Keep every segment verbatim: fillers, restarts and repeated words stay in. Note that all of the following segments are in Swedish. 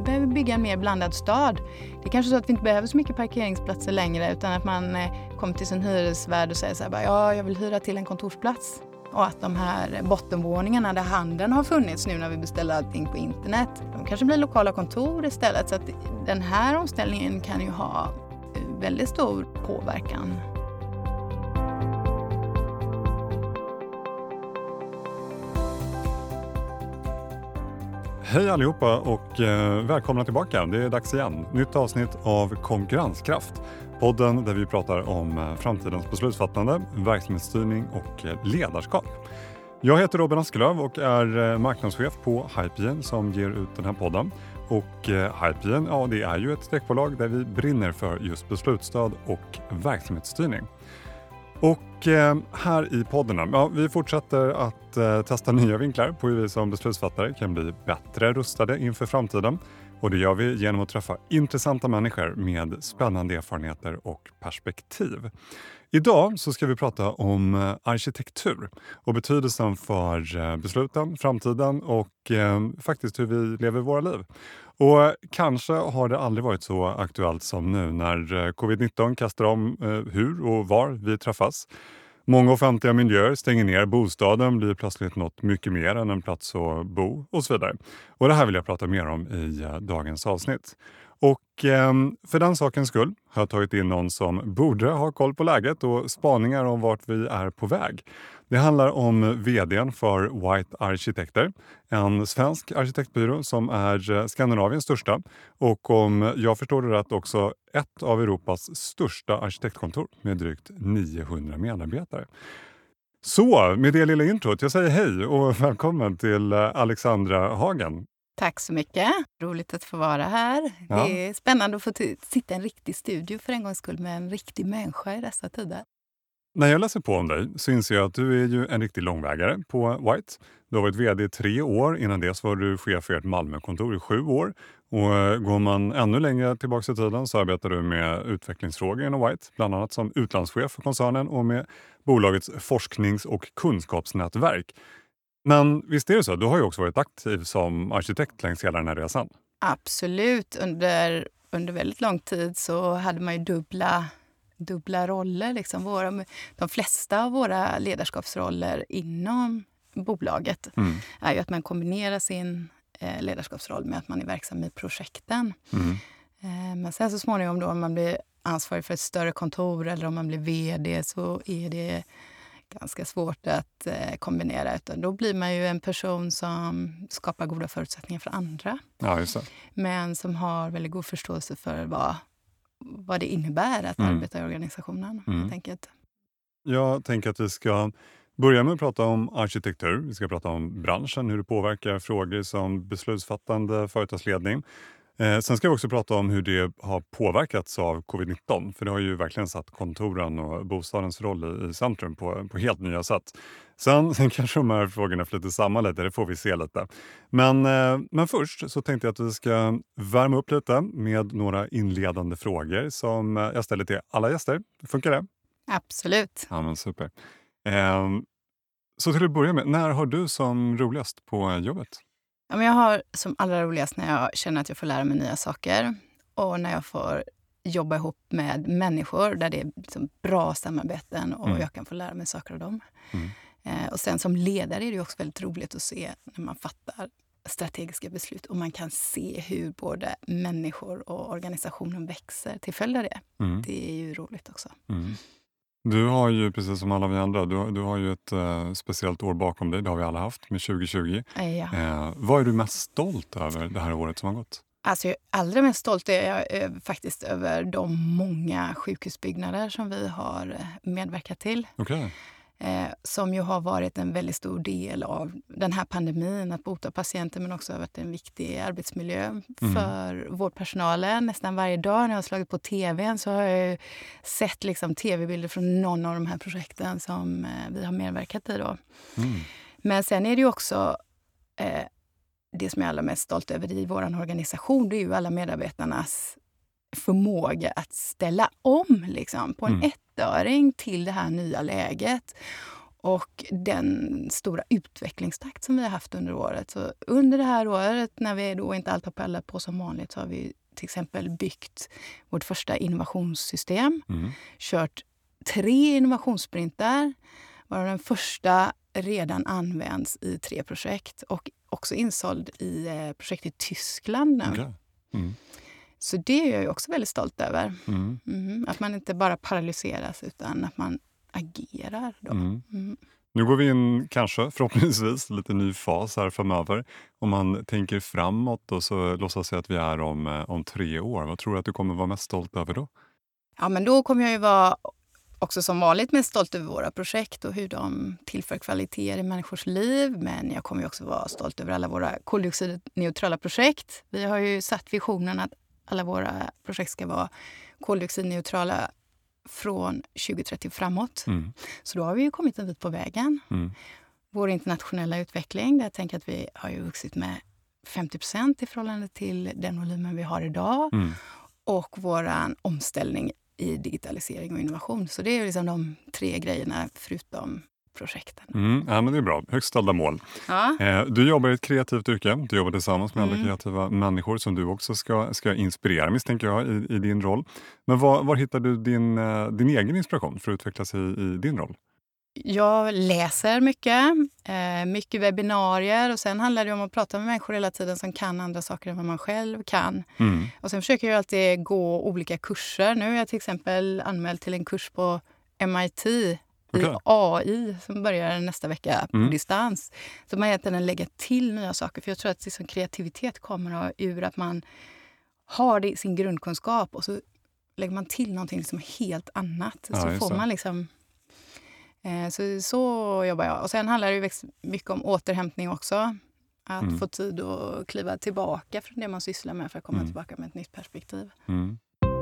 behöver bygga en mer blandad stad. Det är kanske så att vi inte behöver så mycket parkeringsplatser längre, utan att man eh, kommer till sin hyresvärd och säger så här, bara, ja, jag vill hyra till en kontorsplats. Och att de här bottenvåningarna där handeln har funnits nu när vi beställer allting på internet, de kanske blir lokala kontor istället. Så att den här omställningen kan ju ha väldigt stor påverkan. Hej allihopa och eh, välkomna tillbaka. Det är dags igen. Nytt avsnitt av Konkurrenskraft. Podden där vi pratar om eh, framtidens beslutsfattande, verksamhetsstyrning och eh, ledarskap. Jag heter Robin Askelöv och är eh, marknadschef på Hypegen som ger ut den här podden. Och eh, Hypegen, ja, det är ju ett techbolag där vi brinner för just beslutsstöd och verksamhetsstyrning. Och eh, här i podden, ja, vi fortsätter att eh, testa nya vinklar på hur vi som beslutsfattare kan bli bättre rustade inför framtiden. Och det gör vi genom att träffa intressanta människor med spännande erfarenheter och perspektiv. Idag så ska vi prata om eh, arkitektur och betydelsen för eh, besluten, framtiden och eh, faktiskt hur vi lever våra liv. Och kanske har det aldrig varit så aktuellt som nu när covid nitton kastar om eh, hur och var vi träffas. Många offentliga miljöer stänger ner, bostaden blir plötsligt något mycket mer än en plats att bo och så vidare. Och det här vill jag prata mer om i eh, dagens avsnitt. Och eh, för den sakens skull har jag tagit in någon som borde ha koll på läget och spaningar om vart vi är på väg. Det handlar om vdn för White Arkitekter, en svensk arkitektbyrå som är Skandinaviens största och om jag förstår det rätt också ett av Europas största arkitektkontor med drygt niohundra medarbetare. Så med det lilla introt, jag säger hej och välkommen till Alexandra Hagen. Tack så mycket. Roligt att få vara här. Ja. Det är spännande att få t- sitta i en riktig studio för en gångs skull med en riktig människa i dessa tider. När jag läser på om dig så inser jag att du är ju en riktig långvägare på White. Du har varit vd i tre år, innan dess var du chef för ert Malmökontor i sju år. Och går man ännu längre tillbaka i tiden så arbetar du med utvecklingsfrågor inom White, bland annat som utlandschef för koncernen och med bolagets forsknings- och kunskapsnätverk. Men visst är det så, du har ju också varit aktiv som arkitekt längs hela den här resan. Absolut, under, under väldigt lång tid så hade man ju dubbla... dubbla roller. Liksom. Våra, de flesta av våra ledarskapsroller inom bolaget mm. är ju att man kombinerar sin eh, ledarskapsroll med att man är verksam i projekten. Mm. Eh, men sen så småningom då om man blir ansvarig för ett större kontor eller om man blir vd så är det ganska svårt att eh, kombinera. Utan då blir man ju en person som skapar goda förutsättningar för andra. Ja, just det. Men som har väldigt god förståelse för vad vad det innebär att mm. arbeta i organisationen. Mm. Jag, tänker att... jag tänker att vi ska börja med att prata om arkitektur. Vi ska prata om branschen, hur det påverkar frågor som beslutsfattande, företagsledning. Eh, sen ska vi också prata om hur det har påverkats av covid nitton. För det har ju verkligen satt kontoren och bostadens roll i, i centrum på, på helt nya sätt. Sen, sen kanske de här frågorna flyter samman lite, det får vi se lite. Men, eh, men först så tänkte jag att vi ska värma upp lite med några inledande frågor som jag ställer till alla gäster. Funkar det? Absolut. Ja, men super. Eh, så till att börja med, när har du som roligast på jobbet? Ja, men jag har som allra roligast när jag känner att jag får lära mig nya saker. Och när jag får jobba ihop med människor där det är liksom bra samarbeten och mm. jag kan få lära mig saker av dem. Mm. Eh, och sen som ledare är det också väldigt roligt att se när man fattar strategiska beslut. Och man kan se hur både människor och organisationen växer till följd av det. Mm. Det är ju roligt också. Mm. Du har ju, precis som alla vi andra, du, du har ju ett uh, speciellt år bakom dig. Det har vi alla haft med tjugo tjugo. Ja. Uh, vad är du mest stolt över det här året som har gått? Alltså, allra mest stolt är jag över, faktiskt över de många sjukhusbyggnader som vi har medverkat till. Okay. Eh, som ju har varit en väldigt stor del av den här pandemin, att bota patienter, men också har varit en viktig arbetsmiljö mm. för vårdpersonalen. Nästan varje dag när jag har slagit på tvn så har jag ju sett liksom tv-bilder från någon av de här projekten som eh, vi har medverkat i då. Mm. Men sen är det ju också eh, det som jag är allra mest stolt över i vår organisation, det är ju alla medarbetarnas förmåga att ställa om liksom, på en mm. ettöring till det här nya läget. och den stora utvecklingstakt som vi har haft under året. Så under det här året, när vi då inte allt har pallat på som vanligt, så har vi till exempel byggt vårt första innovationssystem. Mm. Kört tre innovationssprintar, varav den första redan används i tre projekt och också insåld i projekt i Tyskland nu. Okay. Mm. Så det är jag ju också väldigt stolt över. Mm. Mm. Att man inte bara paralyseras utan att man agerar då. Mm. Mm. Nu går vi in kanske förhoppningsvis lite ny fas här framöver. Om man tänker framåt och så låtsas jag att vi är om, om tre år. Vad tror du att du kommer vara mest stolt över då? Ja, men då kommer jag ju vara också som vanligt mest stolt över våra projekt och hur de tillför kvaliteter i människors liv. Men jag kommer ju också vara stolt över alla våra koldioxidneutrala projekt. Vi har ju satt visionen att alla våra projekt ska vara koldioxidneutrala från tjugo trettio framåt. Mm. Så då har vi ju kommit en bit på vägen. Mm. Vår internationella utveckling, där jag tänker att vi har ju vuxit med femtio procent i förhållande till den volymen vi har idag. Mm. Och våran omställning i digitalisering och innovation. Så det är ju liksom de tre grejerna förutom projekten. Mm, ja, men det är bra. Högst ställda mål. Ja. Eh, du jobbar i ett kreativt yrke. Du jobbar tillsammans med mm. andra kreativa människor som du också ska, ska inspirera, misstänker jag, i, i din roll. Men var, var hittar du din, eh, din egen inspiration för att utvecklas i, i din roll? Jag läser mycket, eh, mycket webbinarier och sen handlar det om att prata med människor hela tiden som kan andra saker än vad man själv kan. Mm. Och sen försöker jag alltid gå olika kurser. Nu är jag till exempel anmäld till en kurs på M I T i okay. A I som börjar nästa vecka på mm. distans. Så man egentligen lägger till nya saker. För jag tror att liksom kreativitet kommer ur att man har det i sin grundkunskap och så lägger man till någonting som är helt annat. Ja, så får man liksom... Eh, så, så jobbar jag. Och sen handlar det ju mycket om återhämtning också. Att mm. få tid att kliva tillbaka från det man sysslar med för att komma mm. tillbaka med ett nytt perspektiv. Mm.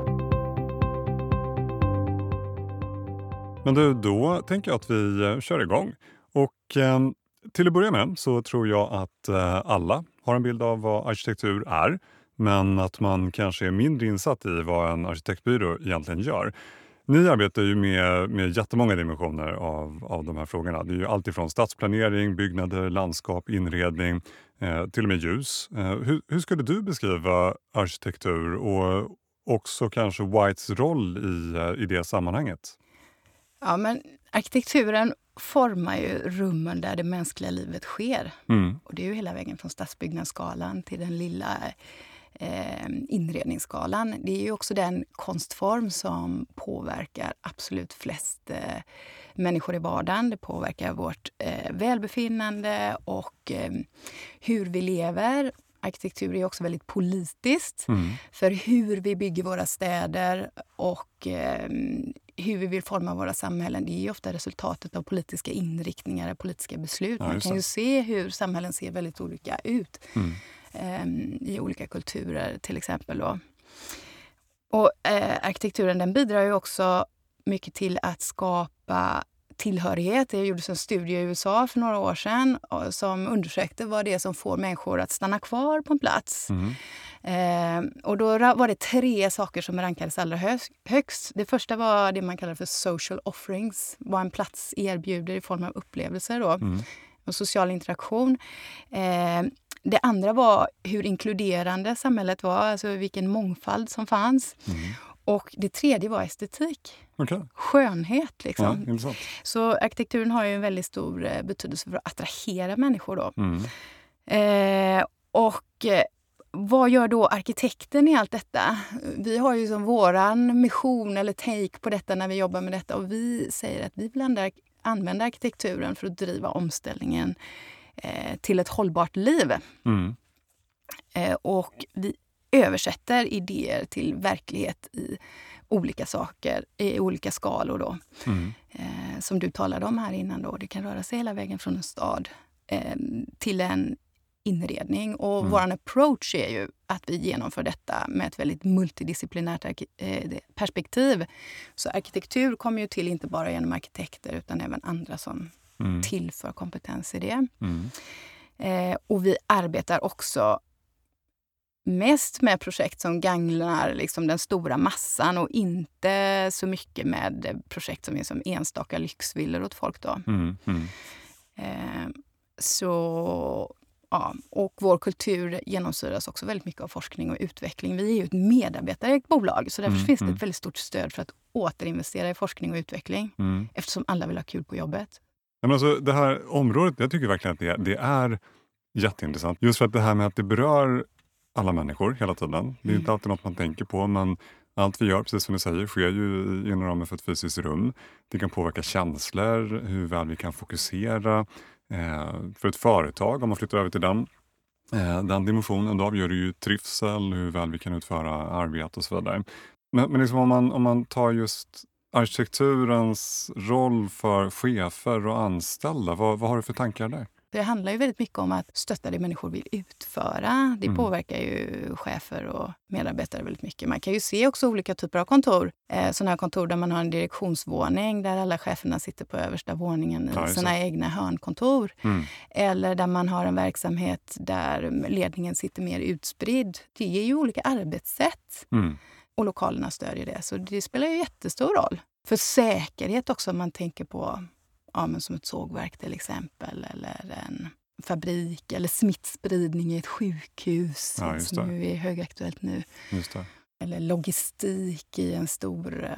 Men du, då tänker jag att vi kör igång. Och eh, till att börja med så tror jag att eh, alla har en bild av vad arkitektur är. Men att man kanske är mindre insatt i vad en arkitektbyrå egentligen gör. Ni arbetar ju med, med jättemånga dimensioner av, av de här frågorna. Det är ju allt ifrån stadsplanering, byggnader, landskap, inredning, eh, till och med ljus. Eh, hur, hur skulle du beskriva arkitektur och också kanske Whites roll i, i det sammanhanget? Ja, men arkitekturen formar ju rummen där det mänskliga livet sker. Mm. Och det är ju hela vägen från stadsbyggnadsskalan till den lilla eh, inredningsskalan. Det är ju också den konstform som påverkar absolut flest eh, människor i vardagen. Det påverkar vårt eh, välbefinnande och eh, hur vi lever. Arkitektur är också väldigt politiskt mm. för hur vi bygger våra städer och eh, hur vi vill forma våra samhällen. Det är ju ofta resultatet av politiska inriktningar och politiska beslut. Ja, man kan ju se hur samhällen ser väldigt olika ut mm. eh, i olika kulturer till exempel. Då. Och eh, arkitekturen den bidrar ju också mycket till att skapa tillhörighet. Det gjordes en studie i U S A för några år sedan som undersökte vad det är som får människor att stanna kvar på en plats. Mm. Eh, och då var det tre saker som rankades allra högst. Det första var det man kallar för social offerings. Vad en plats erbjuder i form av upplevelser då. Mm. Och social interaktion. Eh, det andra var hur inkluderande samhället var. Alltså vilken mångfald som fanns. Mm. Och det tredje var estetik. Okay. Skönhet liksom. Ja, så arkitekturen har ju en väldigt stor eh, betydelse för att attrahera människor då. Mm. Eh, och eh, vad gör då arkitekten i allt detta? Vi har ju som våran mission eller take på detta när vi jobbar med detta. Och vi säger att vi vill använda arkitekturen för att driva omställningen eh, till ett hållbart liv. Mm. Eh, och vi översätter idéer till verklighet i olika saker, i olika skalor då. Mm. Eh, som du talade om här innan då. Det kan röra sig hela vägen från en stad eh, till en inredning. Och mm. våran approach är ju att vi genomför detta med ett väldigt multidisciplinärt arki- eh, perspektiv. Så arkitektur kommer ju till inte bara genom arkitekter utan även andra som mm. tillför kompetens i det. Mm. Eh, och vi arbetar också mest med projekt som gagnar liksom den stora massan och inte så mycket med projekt som är som enstaka lyxvillor åt folk då. Mm, mm. Eh, så, ja, och vår kultur genomsyras också väldigt mycket av forskning och utveckling. Vi är ju ett medarbetarägt bolag, så därför Mm, finns det mm. ett väldigt stort stöd för att återinvestera i forskning och utveckling. Mm. Eftersom alla vill ha kul på jobbet. Men alltså, det här området, jag tycker verkligen att det, det är jätteintressant. Just för att det här med att det berör alla människor hela tiden. Det är Mm. inte alltid något man tänker på, men allt vi gör, precis som du säger, sker ju inom ramen för ett fysiskt rum. Det kan påverka känslor, hur väl vi kan fokusera. Eh, för ett företag, om man flyttar över till den, eh, den dimensionen, då avgör det ju trivsel, hur väl vi kan utföra arbete och så vidare. Men, men liksom om, man, om man tar just arkitekturens roll för chefer och anställda, vad, vad har du för tankar där? Det handlar ju väldigt mycket om att stötta det människor vill utföra. Det Mm. påverkar ju chefer och medarbetare väldigt mycket. Man kan ju se också olika typer av kontor. Eh, sådana här kontor där man har en direktionsvåning där alla cheferna sitter på översta våningen i Ja, just det. sina egna hörnkontor. Mm. Eller där man har en verksamhet där ledningen sitter mer utspridd. Det ger ju olika arbetssätt Mm. och lokalerna stödjer det. Så det spelar ju jättestor roll. För säkerhet också om man tänker på, ja, men som ett sågverk till exempel, eller en fabrik, eller smittspridning i ett sjukhus, Ja, just som det. ju är högaktuellt nu. Just det. Eller logistik i en stor uh,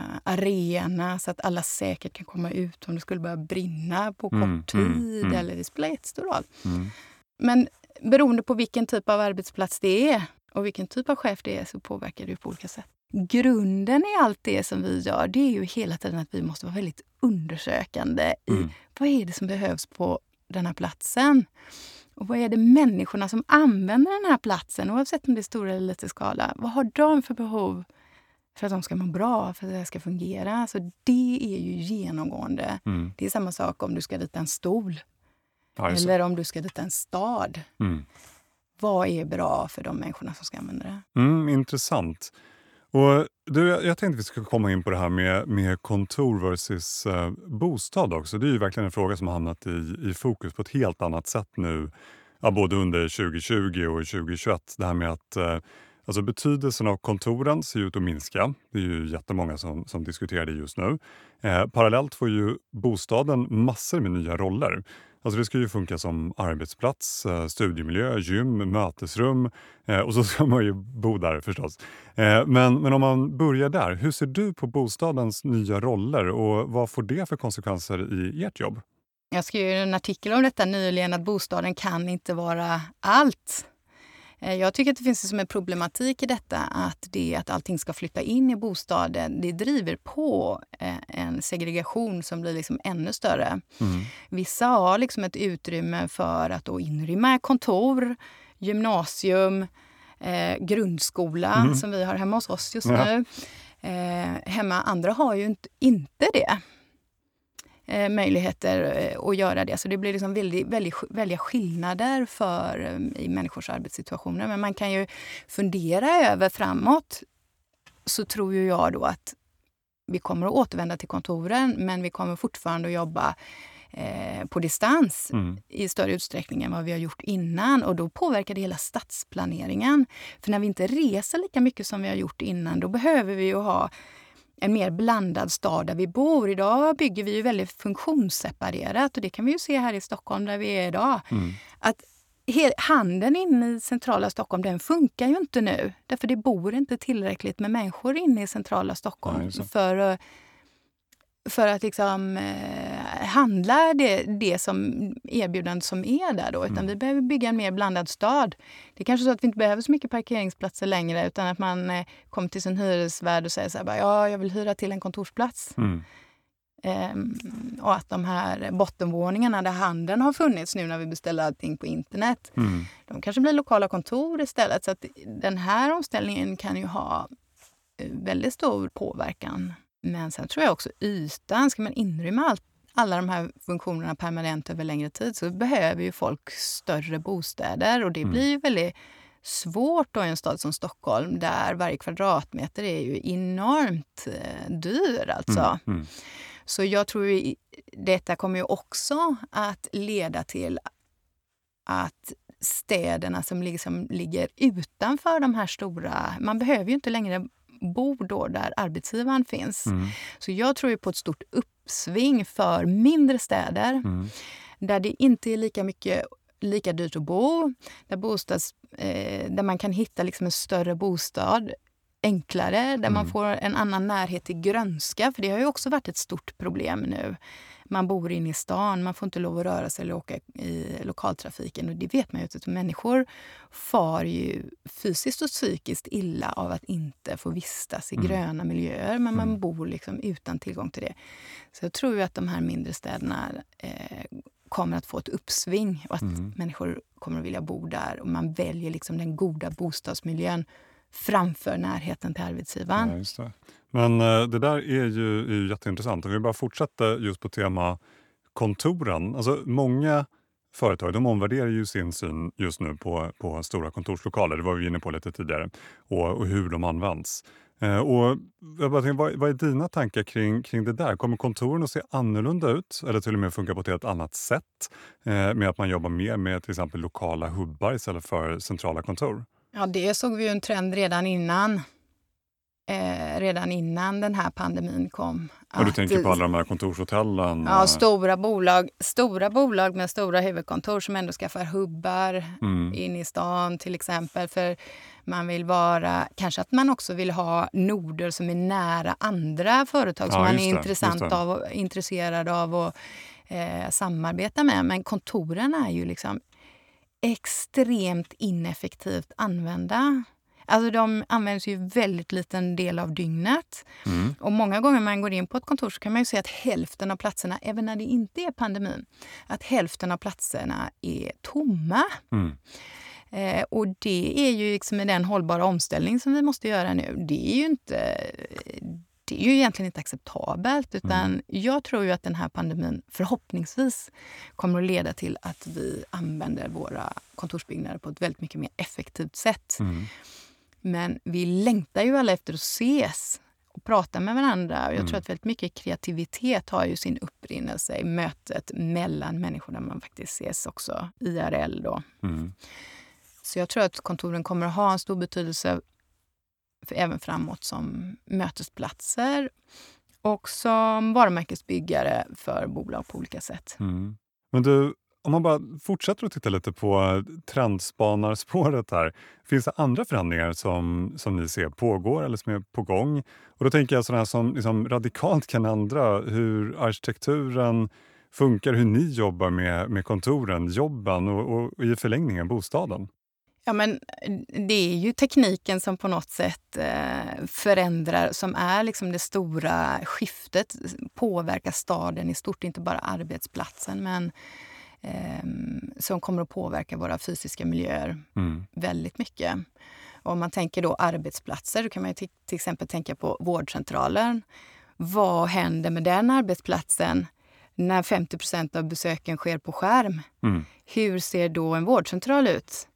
arena så att alla säkert kan komma ut om det skulle börja brinna på kort Mm, tid. mm, mm. Eller det spelar jättestor roll. Mm. Men beroende på vilken typ av arbetsplats det är och vilken typ av chef det är så påverkar det på olika sätt. Grunden i allt det som vi gör, det är ju hela tiden att vi måste vara väldigt undersökande i Mm. vad är det som behövs på den här platsen. Och vad är det människorna som använder den här platsen, oavsett om det är stor eller liten skala, vad har de för behov för att de ska må bra, för att det ska fungera? Så det är ju genomgående. Mm. Det är samma sak om du ska rita en stol Ja, just det. eller om du ska rita en stad. Mm. Vad är bra för de människorna som ska använda det? Mm, intressant. Och du, jag jag tänkte att vi ska komma in på det här med, med kontor versus eh, bostad också. Det är ju verkligen en fråga som har hamnat i, i fokus på ett helt annat sätt nu. Ja, både under tjugo tjugo och tjugo tjugoett. Det här med att eh, alltså betydelsen av kontoren ser ut att minska. Det är ju jättemånga som, som diskuterar det just nu. Eh, parallellt får ju bostaden massor med nya roller. Alltså det ska ju funka som arbetsplats, eh, studiemiljö, gym, mötesrum eh, och så ska man ju bo där förstås. Eh, men, men om man börjar där, hur ser du på bostadens nya roller och vad får det för konsekvenser i ert jobb? Jag skrev en artikel om detta nyligen, att bostaden kan inte vara allt. Eh, Jag tycker att det finns som en problematik i detta, att det att allting ska flytta in i bostaden, det driver på eh, en segregation som blir liksom ännu större. Mm. Vissa har liksom ett utrymme för att då inrymma kontor, gymnasium, eh, grundskola Mm. som vi har hemma hos oss just Ja. nu. Eh, hemma andra har ju inte, inte det. Eh, möjligheter eh, att göra det. Så det blir liksom väldigt, väldigt, väldigt skillnader för, eh, i människors arbetssituationer. Men man kan ju fundera över framåt, så tror ju jag då att vi kommer att återvända till kontoren, men vi kommer fortfarande att jobba eh, på distans Mm. i större utsträckning än vad vi har gjort innan. Och då påverkar det hela stadsplaneringen. För när vi inte reser lika mycket som vi har gjort innan, då behöver vi ju ha en mer blandad stad där vi bor. Idag bygger vi ju väldigt funktionsseparerat, och det kan vi ju se här i Stockholm där vi är idag. Mm. Att he- handeln inne i centrala Stockholm, den funkar ju inte nu. Därför det bor inte tillräckligt med människor inne i centrala Stockholm Ja, just det. för, eh, för att liksom eh, handla det, det som erbjudandet som är där då. Utan Mm. vi behöver bygga en mer blandad stad. Det är kanske så att vi inte behöver så mycket parkeringsplatser längre, utan att man eh, kommer till sin hyresvärd och säger så här, bara, ja, jag vill hyra till en kontorsplats. Mm. Ehm, och att de här bottenvåningarna där handeln har funnits nu när vi beställer allting på internet, Mm. de kanske blir lokala kontor istället. Så att den här omställningen kan ju ha eh, väldigt stor påverkan. Men sen tror jag också ytan, ska man inrymma allt, alla de här funktionerna permanent över längre tid, så behöver ju folk större bostäder. Och det Mm. blir ju väldigt svårt då i en stad som Stockholm, där varje kvadratmeter är ju enormt eh, dyr alltså. Mm. Mm. Så jag tror ju, detta kommer ju också att leda till att städerna som liksom ligger utanför de här stora... Man behöver ju inte längre bo då där arbetsgivaren finns. Mm. Så jag tror ju på ett stort uppsving för mindre städer. Mm. Där det inte är lika mycket lika dyrt att bo. Där, bostads, eh, där man kan hitta liksom en större bostad enklare. Där mm. man får en annan närhet till grönska. För det har ju också varit ett stort problem nu. Man bor inne i stan, man får inte lov att röra sig eller åka i lokaltrafiken. Och det vet man ju att människor far ju fysiskt och psykiskt illa av att inte få vistas i mm. gröna miljöer. Men man mm. bor liksom utan tillgång till det. Så jag tror ju att de här mindre städerna eh, kommer att få ett uppsving. Och att mm. människor kommer att vilja bo där. Och man väljer liksom den goda bostadsmiljön framför närheten till arbetsgivaren. Ja, just det. Men eh, det där är ju, är ju jätteintressant. Om vi bara fortsätter just på tema kontoren. Alltså många företag, de omvärderar ju sin syn just nu på, på stora kontorslokaler. Det var vi inne på lite tidigare. Och, och hur de används. Eh, och jag bara tänkte, vad, vad är dina tankar kring, kring det där? Kommer kontoren att se annorlunda ut? Eller till och med funka på ett helt annat sätt? Eh, med att man jobbar mer med till exempel lokala hubbar istället för centrala kontor? Ja, det såg vi ju en trend redan innan. Eh, redan innan den här pandemin kom. Och du att, tänker på alla de här kontorshotellen? Ja, stora bolag, stora bolag med stora huvudkontor som ändå skaffar hubbar mm. in i stan till exempel. För man vill vara, kanske att man också vill ha noder som är nära andra företag som ja, man är det, intressant av, intresserad av och eh, samarbeta med. Men kontoren är ju liksom extremt ineffektivt använda. Alltså de används ju väldigt liten del av dygnet. Mm. Och många gånger när man går in på ett kontor så kan man ju se att hälften av platserna, även när det inte är pandemin, att hälften av platserna är tomma. Mm. Eh, och det är ju liksom den hållbara omställning som vi måste göra nu. Det är ju inte... Det är ju egentligen inte acceptabelt, utan mm. jag tror ju att den här pandemin förhoppningsvis kommer att leda till att vi använder våra kontorsbyggnader på ett väldigt mycket mer effektivt sätt. Mm. Men vi längtar ju alla efter att ses och prata med varandra. Och jag mm. tror att väldigt mycket kreativitet har ju sin upprinnelse i mötet mellan människor där man faktiskt ses också I R L då. Mm. Så jag tror att kontoren kommer att ha en stor betydelse för även framåt som mötesplatser och som varumärkesbyggare för bolag på olika sätt. Mm. Men du, om man bara fortsätter att titta lite på trendspanarspåret här. Finns det andra förändringar som, som ni ser pågår eller som är på gång? Och då tänker jag sådana här som liksom radikalt kan ändra hur arkitekturen funkar, hur ni jobbar med, med kontoren, jobben och, och, och i förlängningen bostaden. Ja, men det är ju tekniken som på något sätt eh, förändrar, som är liksom det stora skiftet, påverkar staden i stort, inte bara arbetsplatsen, men eh, som kommer att påverka våra fysiska miljöer mm. väldigt mycket. Och om man tänker då arbetsplatser, då kan man ju t- till exempel tänka på vårdcentralen. Vad händer med den arbetsplatsen när femtio procent av besöken sker på skärm? Mm. Hur ser då en vårdcentral ut?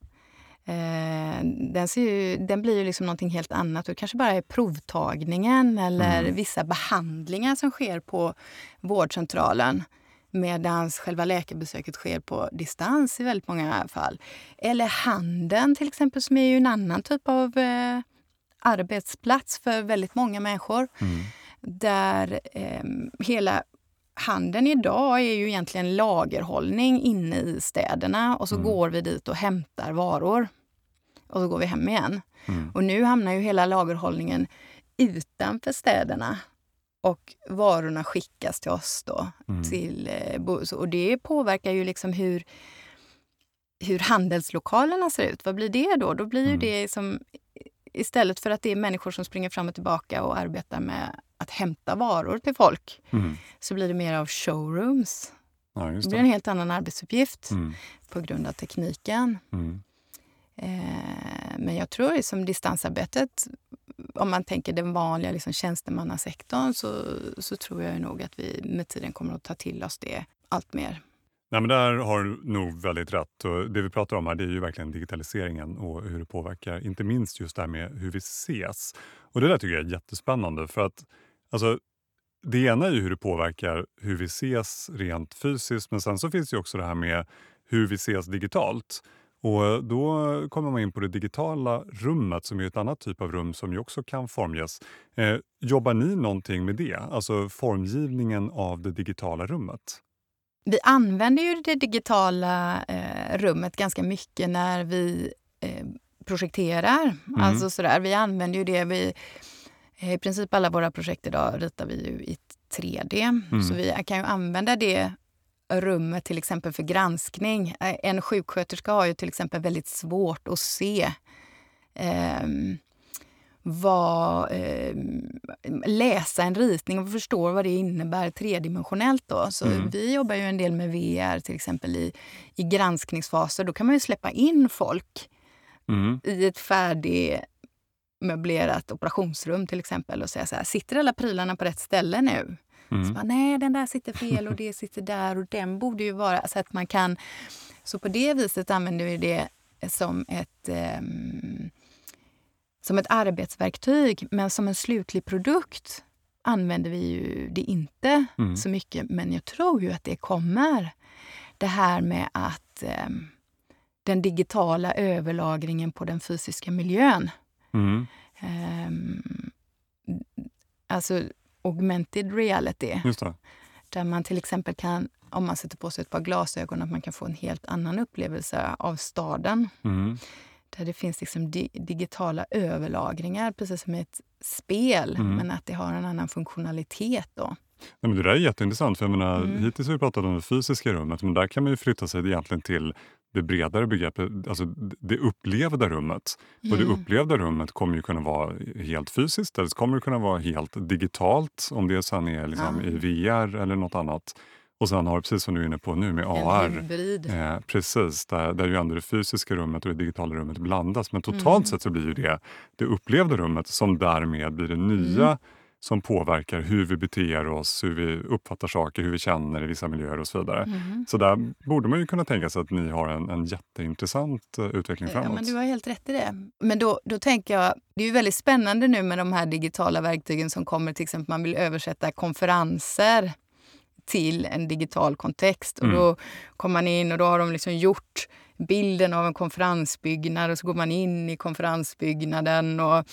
Eh, den, ser ju, den blir ju liksom någonting helt annat. Det kanske bara är provtagningen eller mm. vissa behandlingar som sker på vårdcentralen medan själva läkarbesöket sker på distans i väldigt många fall. Eller handeln till exempel, som är ju en annan typ av eh, arbetsplats för väldigt många människor. Mm. Där eh, hela handeln idag är ju egentligen lagerhållning inne i städerna och så mm. går vi dit och hämtar varor och så går vi hem igen. Mm. Och nu hamnar ju hela lagerhållningen utanför städerna och varorna skickas till oss då. Mm. Till, och det påverkar ju liksom hur, hur handelslokalerna ser ut. Vad blir det då? Då blir ju mm. det som, istället för att det är människor som springer fram och tillbaka och arbetar med att hämta varor till folk, mm. så blir det mer av showrooms. Ja, just det. Det blir en helt annan arbetsuppgift mm. på grund av tekniken. Mm. Eh, men jag tror att som distansarbetet, om man tänker den vanliga liksom tjänstemannasektorn, så, så tror jag nog att vi med tiden kommer att ta till oss det allt mer. Nej, men där har du nog väldigt rätt. Och det vi pratar om här, det är ju verkligen digitaliseringen och hur det påverkar, inte minst just det här med hur vi ses. Och det där tycker jag är jättespännande, för att alltså, det ena är ju hur det påverkar hur vi ses rent fysiskt, men sen så finns det ju också det här med hur vi ses digitalt. Och då kommer man in på det digitala rummet som är ett annat typ av rum som ju också kan formges. Eh, jobbar ni någonting med det? Alltså formgivningen av det digitala rummet? Vi använder ju det digitala eh, rummet ganska mycket när vi eh, projekterar. Mm. Alltså sådär, vi använder ju det. Vi, I princip alla våra projekt idag ritar vi ju i tre D. Mm. Så vi kan ju använda det rummet till exempel för granskning. En sjuksköterska har ju till exempel väldigt svårt att se eh, vad, eh, läsa en ritning och förstå vad det innebär tredimensionellt. Då. Så mm. vi jobbar ju en del med V R till exempel i, i granskningsfaser. Då kan man ju släppa in folk mm. i ett färdigt möblerat operationsrum till exempel och säga så här, sitter alla prylarna på rätt ställe nu? Mm. Så bara, nej, den där sitter fel och det sitter där och den borde ju vara så att man kan. Så på det viset använder vi det som ett eh, som ett arbetsverktyg, men som en slutlig produkt använder vi ju det inte mm. så mycket, men jag tror ju att det kommer. Det här med att eh, den digitala överlagringen på den fysiska miljön. Mm. Eh, alltså augmented reality. Just det. Där man till exempel kan, om man sätter på sig ett par glasögon, att man kan få en helt annan upplevelse av staden. Mm. Där det finns liksom di- digitala överlagringar, precis som ett spel, mm. men att det har en annan funktionalitet då. Nej, men det där är jätteintressant, för jag menar, mm. hittills har vi pratat om det fysiska rummet, men där kan man ju flytta sig egentligen till det bredare begreppet, alltså det upplevda rummet. Mm. Och det upplevda rummet kommer ju kunna vara helt fysiskt, eller så kommer det kunna vara helt digitalt, om det sen är liksom ja. i V R eller något annat. Och sen har det, precis som du är inne på nu med A R, en hybrid. Eh, precis, där, där ju ändå det fysiska rummet och det digitala rummet blandas. Men totalt mm. sett så blir ju det det upplevda rummet som därmed blir det nya mm. som påverkar hur vi beter oss, hur vi uppfattar saker, hur vi känner i vissa miljöer och så vidare. Mm. Så där borde man ju kunna tänka sig att ni har en, en jätteintressant uh, utveckling framåt. Ja, men du har helt rätt i det. Men då, då tänker jag, det är ju väldigt spännande nu med de här digitala verktygen som kommer, till exempel man vill översätta konferenser till en digital kontext. Och mm. då kommer man in och då har de liksom gjort bilden av en konferensbyggnad och så går man in i konferensbyggnaden och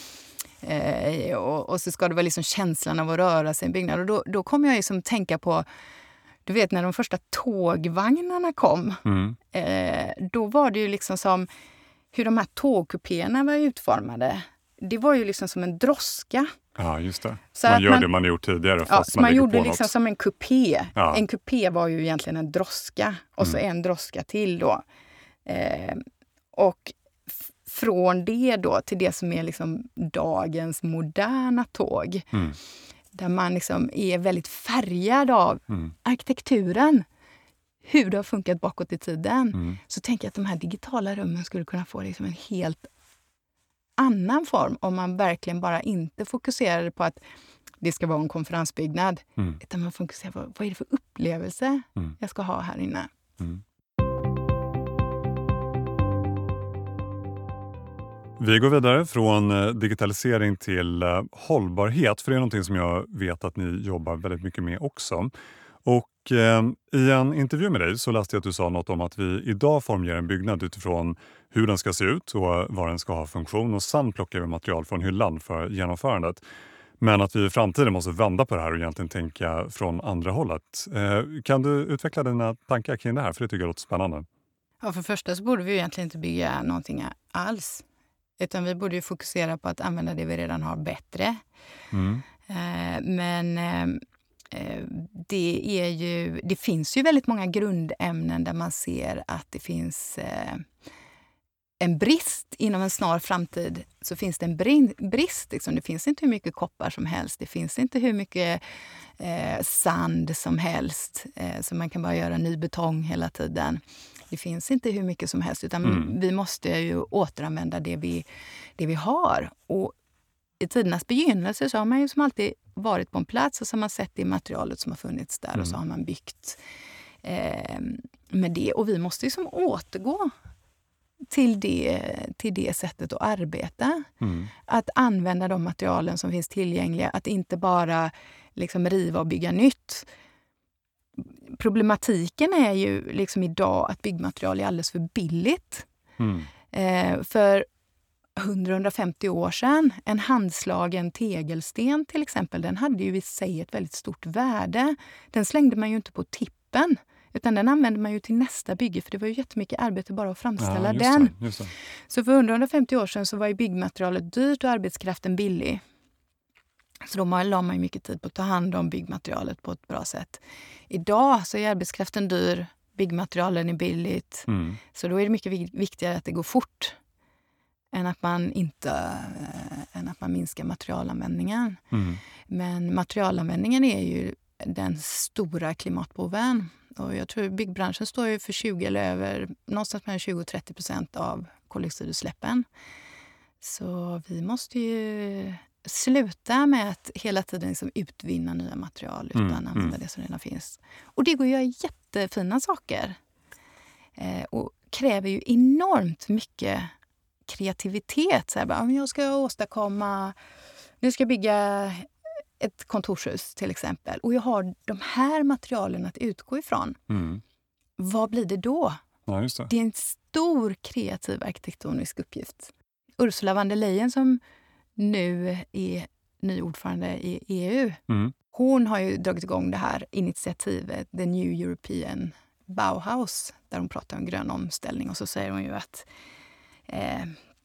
Eh, och, och så ska det vara liksom känslan av att röra sig i en byggnad. Och då, då kommer jag liksom tänka på, du vet när de första tågvagnarna kom, mm. eh, då var det ju liksom som hur de här tågkupéerna var utformade. Det var ju liksom som en droska. Ja, just det. Så man gör man, det man gjort tidigare fast ja, man, man gjorde på liksom något. Som en kupé. Ja. En kupé var ju egentligen en droska och mm. så en droska till då. Eh, och från det då till det som är liksom dagens moderna tåg. Mm. Där man liksom är väldigt färgad av mm. arkitekturen. Hur det har funkat bakåt i tiden. Mm. Så tänker jag att de här digitala rummen skulle kunna få liksom en helt annan form. Om man verkligen bara inte fokuserar på att det ska vara en konferensbyggnad. Mm. Utan man fokuserar på vad är det för upplevelse mm. jag ska ha här inne. Mm. Vi går vidare från digitalisering till hållbarhet, för det är någonting som jag vet att ni jobbar väldigt mycket med också. Och eh, i en intervju med dig så läste jag att du sa något om att vi idag formger en byggnad utifrån hur den ska se ut och vad den ska ha funktion, och sen plockar vi material från hyllan för genomförandet. Men att vi i framtiden måste vända på det här och egentligen tänka från andra hållet. Eh, kan du utveckla dina tankar kring det här, för det tycker jag låter spännande. Ja, för första så borde vi egentligen inte bygga någonting alls. Utan vi borde ju fokusera på att använda det vi redan har bättre. Mm. Eh, men eh, det är ju, det finns ju väldigt många grundämnen där man ser att det finns eh, en brist inom en snar framtid. Så finns det en brin- brist. Liksom. Det finns inte hur mycket koppar som helst. Det finns inte hur mycket eh, sand som helst. Eh, så man kan bara göra ny betong hela tiden. Det finns inte hur mycket som helst, utan mm. vi måste ju återanvända det vi, det vi har. Och i tidernas begynnelse så har man ju som alltid varit på en plats och så har man sett det materialet som har funnits där mm. och så har man byggt eh, med det. Och vi måste ju som återgå till det, till det sättet att arbeta. Mm. Att använda de materialen som finns tillgängliga, att inte bara liksom riva och bygga nytt. Problematiken är ju liksom idag att byggmaterial är alldeles för billigt. Mm. Eh, för hundra till hundrafemtio år sedan, en handslagen tegelsten till exempel, den hade ju i sig ett väldigt stort värde. Den slängde man ju inte på tippen, utan den använde man ju till nästa bygge, för det var ju jättemycket arbete bara att framställa Ja, just den. det, just det. Så för hundra till hundrafemtio år sedan så var ju byggmaterialet dyrt och arbetskraften billig. Så då la man ju mycket tid på att ta hand om byggmaterialet på ett bra sätt. Idag så är arbetskraften dyr, byggmaterialen är billigt. Mm. Så då är det mycket viktigare att det går fort än att man, inte, äh, än att man minskar materialanvändningen. Mm. Men materialanvändningen är ju den stora klimatboven. Och jag tror byggbranschen står ju för tjugo eller över, någonstans mellan tjugo till trettio procent av koldioxidutsläppen. Så vi måste ju sluta med att hela tiden liksom utvinna nya material utan Mm, att använda mm. det som redan finns. Och det går att göra jättefina saker. Eh, och kräver ju enormt mycket kreativitet. Så här, bara, om jag ska åstadkomma, nu ska jag bygga ett kontorshus till exempel. Och jag har de här materialen att utgå ifrån. Mm. Vad blir det då? Ja, just det. Det är en stor kreativ arkitektonisk uppgift. Ursula von der Leyen som nu är ny ordförande i E U. Mm. Hon har ju dragit igång det här initiativet, The New European Bauhaus, där hon pratar om grön omställning. Och så säger hon ju att eh,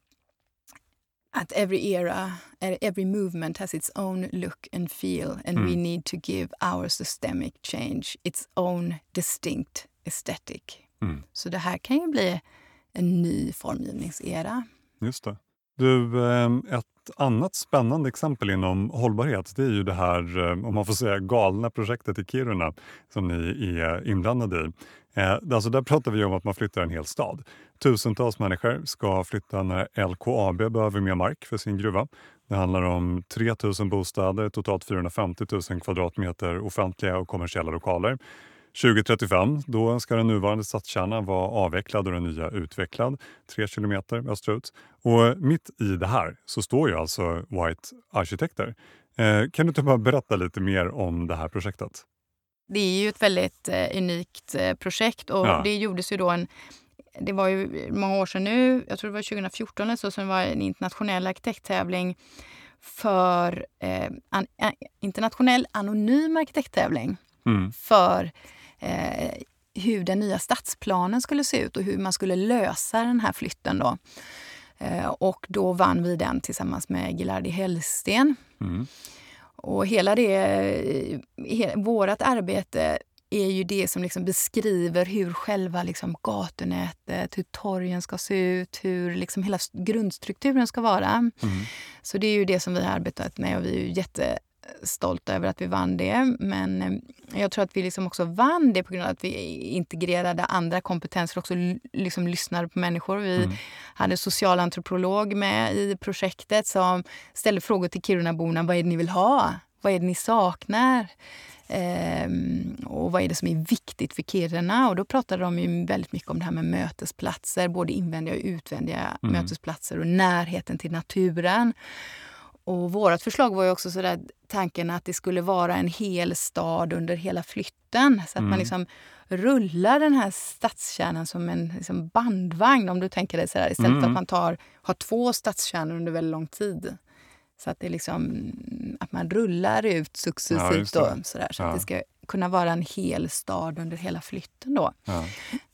att every era, every movement has its own look and feel and Mm. we need to give our systemic change its own distinct aesthetic. Mm. Så det här kan ju bli en ny formgivningsera. Just det. Du, eh, ett annat spännande exempel inom hållbarhet, det är ju det här, eh, om man får säga, galna projektet i Kiruna som ni är inblandade i. Eh, alltså där pratar vi om att man flyttar en hel stad. Tusentals människor ska flytta när L K A B behöver mer mark för sin gruva. Det handlar om tre tusen bostäder, totalt fyrahundrafemtio tusen kvadratmeter offentliga och kommersiella lokaler. tjugo trettiofem, då ska den nuvarande stadskärnan vara avvecklad och den nya utvecklad, tre kilometer österut. Och mitt i det här så står ju alltså White Arkitekter. Eh, kan du inte bara berätta lite mer om det här projektet? Det är ju ett väldigt eh, unikt eh, projekt och Ja. det gjordes ju då en, det var ju många år sedan nu, jag tror det var tjugo fjorton eller så, som var en internationell arkitekttävling för eh, an, an, internationell anonym arkitekttävling Mm. för eh, hur den nya stadsplanen skulle se ut och hur man skulle lösa den här flytten då. Eh, och då vann vi den tillsammans med Gilardi Hellsten. Mm. Och hela det, he, vårat arbete är ju det som liksom beskriver hur själva liksom gatunätet, hur torgen ska se ut, hur liksom hela grundstrukturen ska vara. Mm. Så det är ju det som vi har arbetat med och vi är ju jättestolta över att vi vann det. Men jag tror att vi liksom också vann det på grund av att vi integrerade andra kompetenser och också liksom lyssnade på människor. Vi Mm. hade socialantropolog med i projektet som ställde frågor till Kirunaborna. Vad är det ni vill ha? Vad är det ni saknar? Ehm, och vad är det som är viktigt för Kiruna? Och då pratade de ju väldigt mycket om det här med mötesplatser, både invändiga och utvändiga Mm. mötesplatser och närheten till naturen. Och vårt förslag var ju också så där, tanken att det skulle vara en hel stad under hela flytten. Så att Mm. man liksom rullar den här stadskärnan som en liksom bandvagn, om du tänker dig så där, istället Mm. för att man tar, har två stadskärnor under väldigt lång tid. Så att det är liksom att man rullar ut Ja, successivt just då, det. så, där, så Ja. att det ska kunna vara en hel stad under hela flytten då. Ja.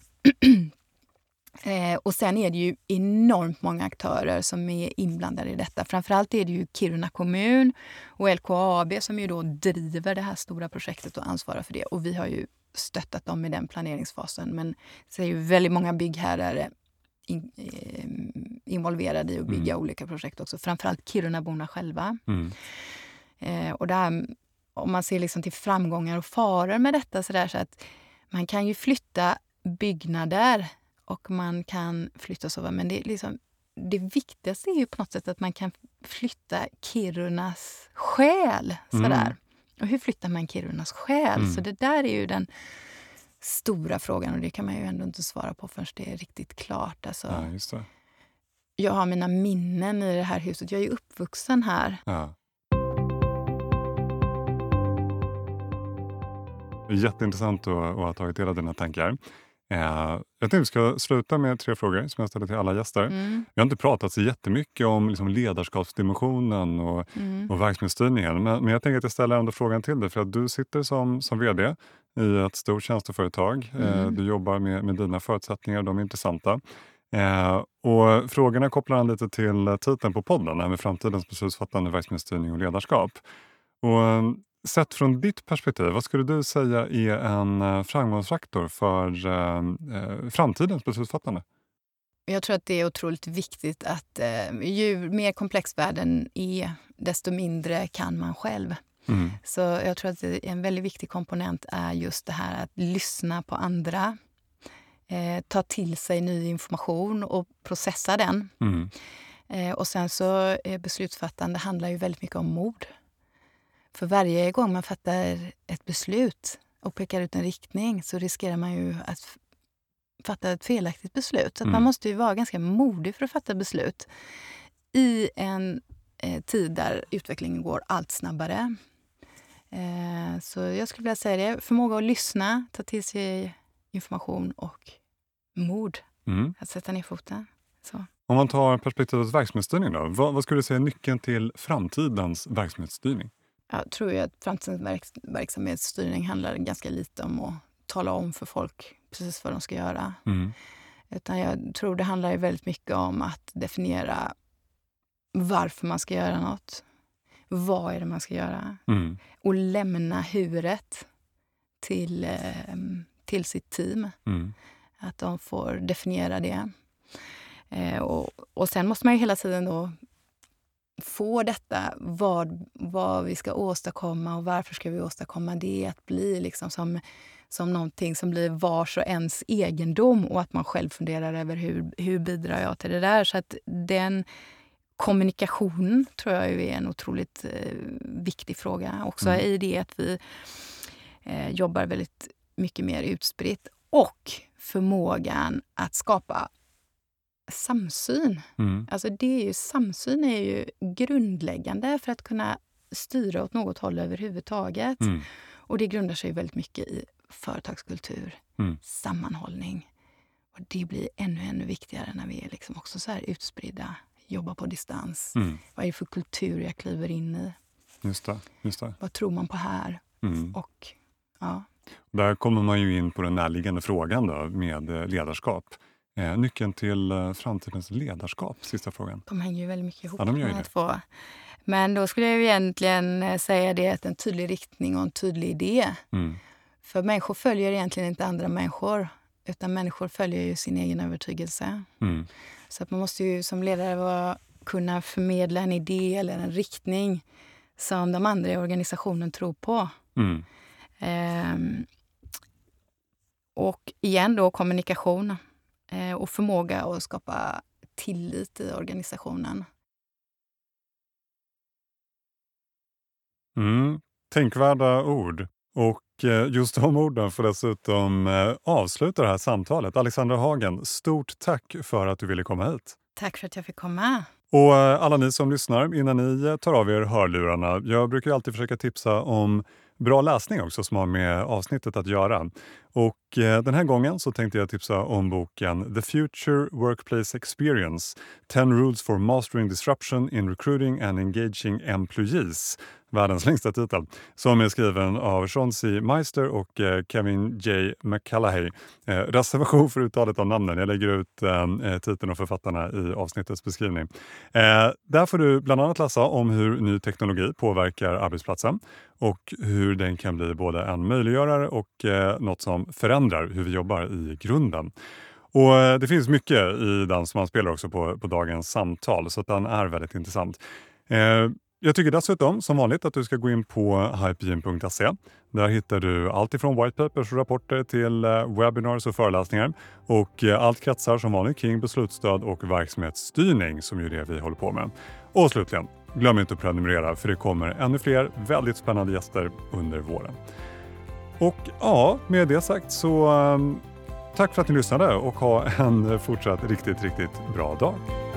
Eh, och sen är det ju enormt många aktörer som är inblandade i detta. Framförallt är det ju Kiruna kommun och L K A B som ju då driver det här stora projektet och ansvarar för det. Och vi har ju stöttat dem i den planeringsfasen. Men det är ju väldigt många byggherrar in, eh, involverade i att bygga Mm. olika projekt också. Framförallt Kirunaborna själva. Mm. Eh, och där, om man ser liksom till framgångar och faror med detta så där, så att man kan ju flytta byggnader och man kan flytta så, men det är liksom det viktigaste är ju på något sätt att man kan flytta Kirunas själ sådär. Mm. Och hur flyttar man Kirunas själ? Mm. Så det där är ju den stora frågan och det kan man ju ändå inte svara på förrän det är riktigt klart. Alltså, Ja, just det. jag har mina minnen i det här huset. Jag är ju uppvuxen här. Ja. Jätteintressant att, att ha tagit del av dina tankar. Eh, jag tänkte vi ska sluta med tre frågor som jag ställer till alla gäster. Mm. Vi har inte pratat så jättemycket om liksom, ledarskapsdimensionen och, Mm. och verksamhetsstyrningen. Men, men jag tänker att jag ställer ändå frågan till dig för att du sitter som, som vd i ett stort tjänsteföretag. Eh, Mm. du jobbar med, med dina förutsättningar, de är intressanta. Eh, och frågorna kopplar an lite till titeln på podden, det här med framtidens beslutsfattande, verksamhetsstyrning och ledarskap. Och eh, sett från ditt perspektiv, vad skulle du säga är en eh, framgångsfaktor för eh, eh, framtidens beslutsfattande? Jag tror att det är otroligt viktigt att eh, ju mer komplex världen är, desto mindre kan man själv. Mm. Så jag tror att en väldigt viktig komponent är just det här att lyssna på andra. Eh, ta till sig ny information och processa den. Mm. Eh, och sen så eh, beslutsfattande handlar ju väldigt mycket om mod. För varje gång man fattar ett beslut och pekar ut en riktning så riskerar man ju att f- fatta ett felaktigt beslut. Så att Mm. man måste ju vara ganska modig för att fatta beslut i en eh, tid där utvecklingen går allt snabbare. Eh, så jag skulle vilja säga det. Förmåga att lyssna, ta till sig information och mod Mm. att sätta ner foten. Så. Om man tar perspektivet verksamhetsstyrning då, vad, vad skulle du säga är nyckeln till framtidens verksamhetsstyrning? Jag tror ju att framtidens verks- verksamhetsstyrning handlar ganska lite om att tala om för folk precis vad de ska göra. Mm. Utan jag tror det handlar ju väldigt mycket om att definiera varför man ska göra något. Vad är det man ska göra? Mm. Och lämna huret till, eh, till sitt team. Mm. Att de får definiera det. Eh, och, och sen måste man ju hela tiden då få detta, vad, vad vi ska åstadkomma och varför ska vi åstadkomma det, att bli liksom som, som någonting som blir vars och ens egendom och att man själv funderar över hur, hur bidrar jag till det där. Så att den kommunikationen tror jag är en otroligt eh, viktig fråga. Också Mm. i det att vi eh, jobbar väldigt mycket mer utspritt och förmågan att skapa samsyn. Mm. Alltså det är ju, samsyn är ju grundläggande för att kunna styra åt något håll överhuvudtaget. Mm. Och det grundar sig väldigt mycket i företagskultur, Mm. sammanhållning. Och det blir ännu, ännu viktigare när vi är liksom också så här utspridda, jobbar på distans. Mm. Vad är det för kultur jag kliver in i? Just det, just det. Vad tror man på här? Mm. Och ja... Där kommer man ju in på den närliggande frågan då, med eh, ledarskap. Eh, nyckeln till eh, framtidens ledarskap, sista frågan. De hänger ju väldigt mycket ihop, Ja, de gör de ju här det. två. Men då skulle jag ju egentligen eh, säga det att en tydlig riktning och en tydlig idé. Mm. För människor följer egentligen inte andra människor, utan människor följer ju sin egen övertygelse. Mm. Så att man måste ju som ledare vara, kunna förmedla en idé eller en riktning som de andra i organisationen tror på. Mm. Ehm, och igen då kommunikation eh, och förmåga att skapa tillit i organisationen. Mm. Tänkvärda ord. Och eh, just de orden får dessutom eh, avsluta det här samtalet. Alexandra Hagen, stort tack för att du ville komma hit. Tack för att jag fick komma. Och eh, alla ni som lyssnar, innan ni eh, tar av er hörlurarna, jag brukar alltid försöka tipsa om bra läsning också som har med avsnittet att göra. Och eh, den här gången så tänkte jag tipsa om boken The Future Workplace Experience, ten Rules for Mastering Disruption in Recruiting and Engaging Employees. Världens längsta titel, som är skriven av Sean C. Meister och eh, Kevin J. McCallaghy. Eh, reservation för uttalet av namnen. Jag lägger ut eh, titeln och författarna i avsnittets beskrivning. Eh, där får du bland annat läsa om hur ny teknologi påverkar arbetsplatsen och hur den kan bli både en möjliggörare och eh, något som förändrar hur vi jobbar i grunden. Och eh, det finns mycket i den som man spelar också på, på dagens samtal, så att den är väldigt intressant. Eh, Jag tycker dessutom som vanligt att du ska gå in på hypegen punkt se. Där hittar du allt ifrån whitepapers och rapporter till webinars och föreläsningar. Och allt kretsar som vanligt kring beslutsstöd och verksamhetsstyrning, som ju är det vi håller på med. Och slutligen, glöm inte att prenumerera för det kommer ännu fler väldigt spännande gäster under våren. Och ja, med det sagt så um, tack för att ni lyssnade och ha en fortsatt riktigt, riktigt bra dag.